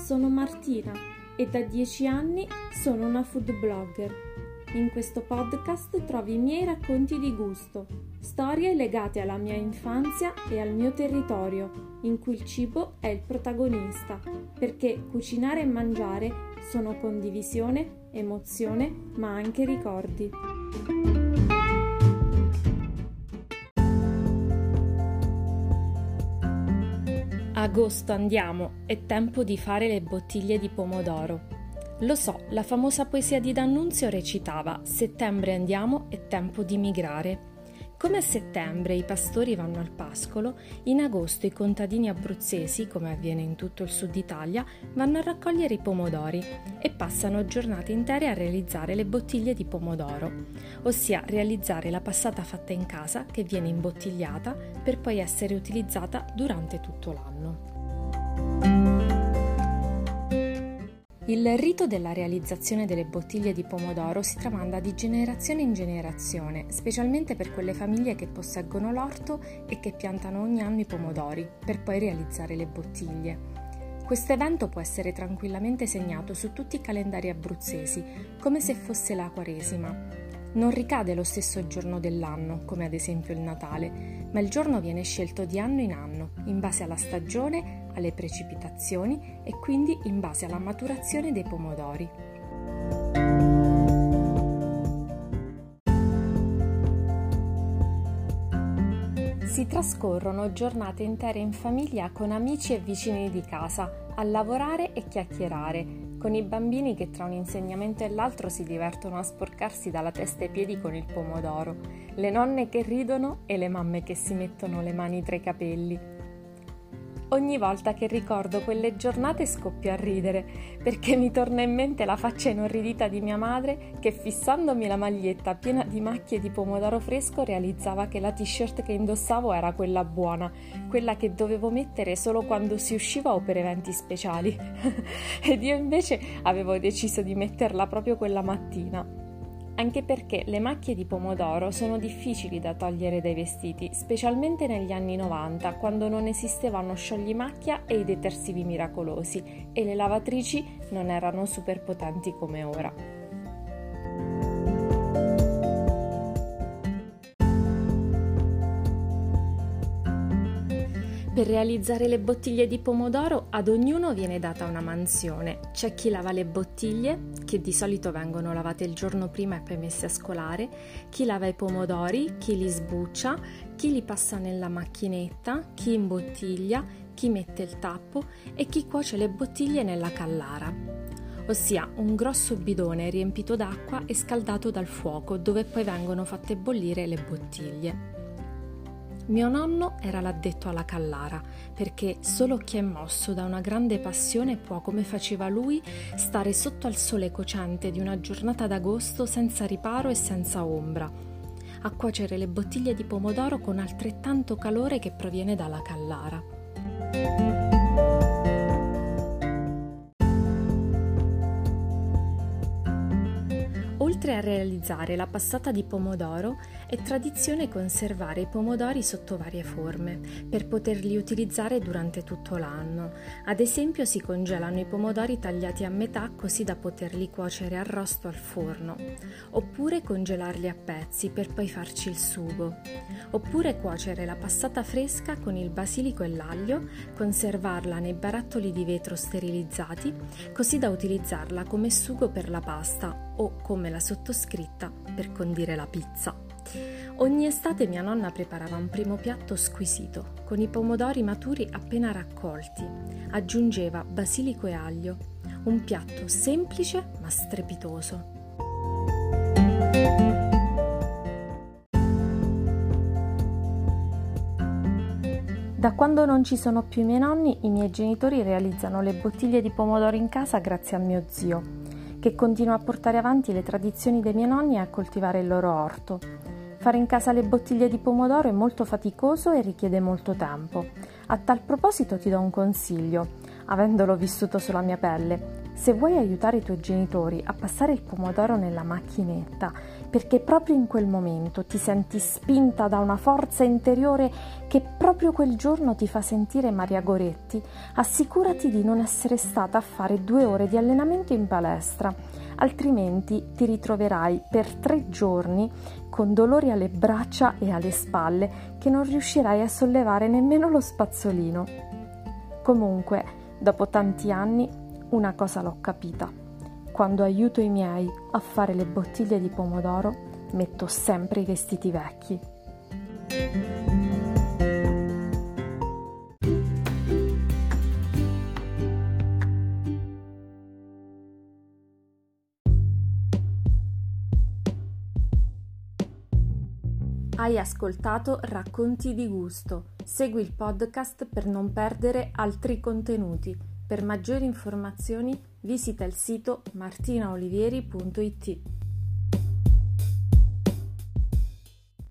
sono Martina e da 10 anni sono una food blogger. In questo podcast trovi i miei racconti di gusto, storie legate alla mia infanzia e al mio territorio, in cui il cibo è il protagonista, perché cucinare e mangiare sono condivisione, emozione, ma anche ricordi. Agosto andiamo, è tempo di fare le bottiglie di pomodoro. Lo so, la famosa poesia di D'Annunzio recitava: settembre andiamo, è tempo di migrare. Come a settembre i pastori vanno al pascolo, in agosto i contadini abruzzesi, come avviene in tutto il sud Italia, vanno a raccogliere i pomodori e passano giornate intere a realizzare le bottiglie di pomodoro, ossia realizzare la passata fatta in casa che viene imbottigliata per poi essere utilizzata durante tutto l'anno. Il rito della realizzazione delle bottiglie di pomodoro si tramanda di generazione in generazione, specialmente per quelle famiglie che posseggono l'orto e che piantano ogni anno i pomodori, per poi realizzare le bottiglie. Questo evento può essere tranquillamente segnato su tutti i calendari abruzzesi, come se fosse la Quaresima. Non ricade lo stesso giorno dell'anno, come ad esempio il Natale, ma il giorno viene scelto di anno in anno, in base alla stagione, alle precipitazioni e quindi in base alla maturazione dei pomodori. Si trascorrono giornate intere in famiglia con amici e vicini di casa, a lavorare e chiacchierare, con i bambini che tra un insegnamento e l'altro si divertono a sporcarsi dalla testa ai piedi con il pomodoro, le nonne che ridono e le mamme che si mettono le mani tra i capelli. Ogni volta che ricordo quelle giornate scoppio a ridere, perché mi torna in mente la faccia inorridita di mia madre che, fissandomi la maglietta piena di macchie di pomodoro fresco, realizzava che la t-shirt che indossavo era quella buona, quella che dovevo mettere solo quando si usciva o per eventi speciali. Ed io invece avevo deciso di metterla proprio quella mattina. Anche perché le macchie di pomodoro sono difficili da togliere dai vestiti, specialmente negli anni 90, quando non esistevano scioglimacchia e i detersivi miracolosi e le lavatrici non erano super potenti come ora. Per realizzare le bottiglie di pomodoro ad ognuno viene data una mansione. C'è chi lava le bottiglie, che di solito vengono lavate il giorno prima e poi messe a scolare, chi lava i pomodori, chi li sbuccia, chi li passa nella macchinetta, chi imbottiglia, chi mette il tappo e chi cuoce le bottiglie nella callara, ossia un grosso bidone riempito d'acqua e scaldato dal fuoco, dove poi vengono fatte bollire le bottiglie. Mio nonno era l'addetto alla callara, perché solo chi è mosso da una grande passione può, come faceva lui, stare sotto al sole cocente di una giornata d'agosto senza riparo e senza ombra, a cuocere le bottiglie di pomodoro con altrettanto calore che proviene dalla callara. Oltre a realizzare la passata di pomodoro, è tradizione conservare i pomodori sotto varie forme, per poterli utilizzare durante tutto l'anno. Ad esempio si congelano i pomodori tagliati a metà così da poterli cuocere arrosto al forno, oppure congelarli a pezzi per poi farci il sugo, oppure cuocere la passata fresca con il basilico e l'aglio, conservarla nei barattoli di vetro sterilizzati, così da utilizzarla come sugo per la pasta o come la sottoscritta per condire la pizza. Ogni estate mia nonna preparava un primo piatto squisito, con i pomodori maturi appena raccolti. Aggiungeva basilico e aglio, un piatto semplice ma strepitoso. Da quando non ci sono più i miei nonni, i miei genitori realizzano le bottiglie di pomodoro in casa grazie a mio zio, che continua a portare avanti le tradizioni dei miei nonni e a coltivare il loro orto. Fare in casa le bottiglie di pomodoro è molto faticoso e richiede molto tempo. A tal proposito ti do un consiglio, avendolo vissuto sulla mia pelle. Se vuoi aiutare i tuoi genitori a passare il pomodoro nella macchinetta perché proprio in quel momento ti senti spinta da una forza interiore che proprio quel giorno ti fa sentire Maria Goretti, assicurati di non essere stata a fare 2 ore di allenamento in palestra, altrimenti ti ritroverai per 3 giorni con dolori alle braccia e alle spalle che non riuscirai a sollevare nemmeno lo spazzolino. Comunque, dopo tanti anni, una cosa l'ho capita. Quando aiuto i miei a fare le bottiglie di pomodoro, metto sempre i vestiti vecchi. Hai ascoltato Racconti di gusto. Segui il podcast per non perdere altri contenuti. Per maggiori informazioni visita il sito martinaolivieri.it.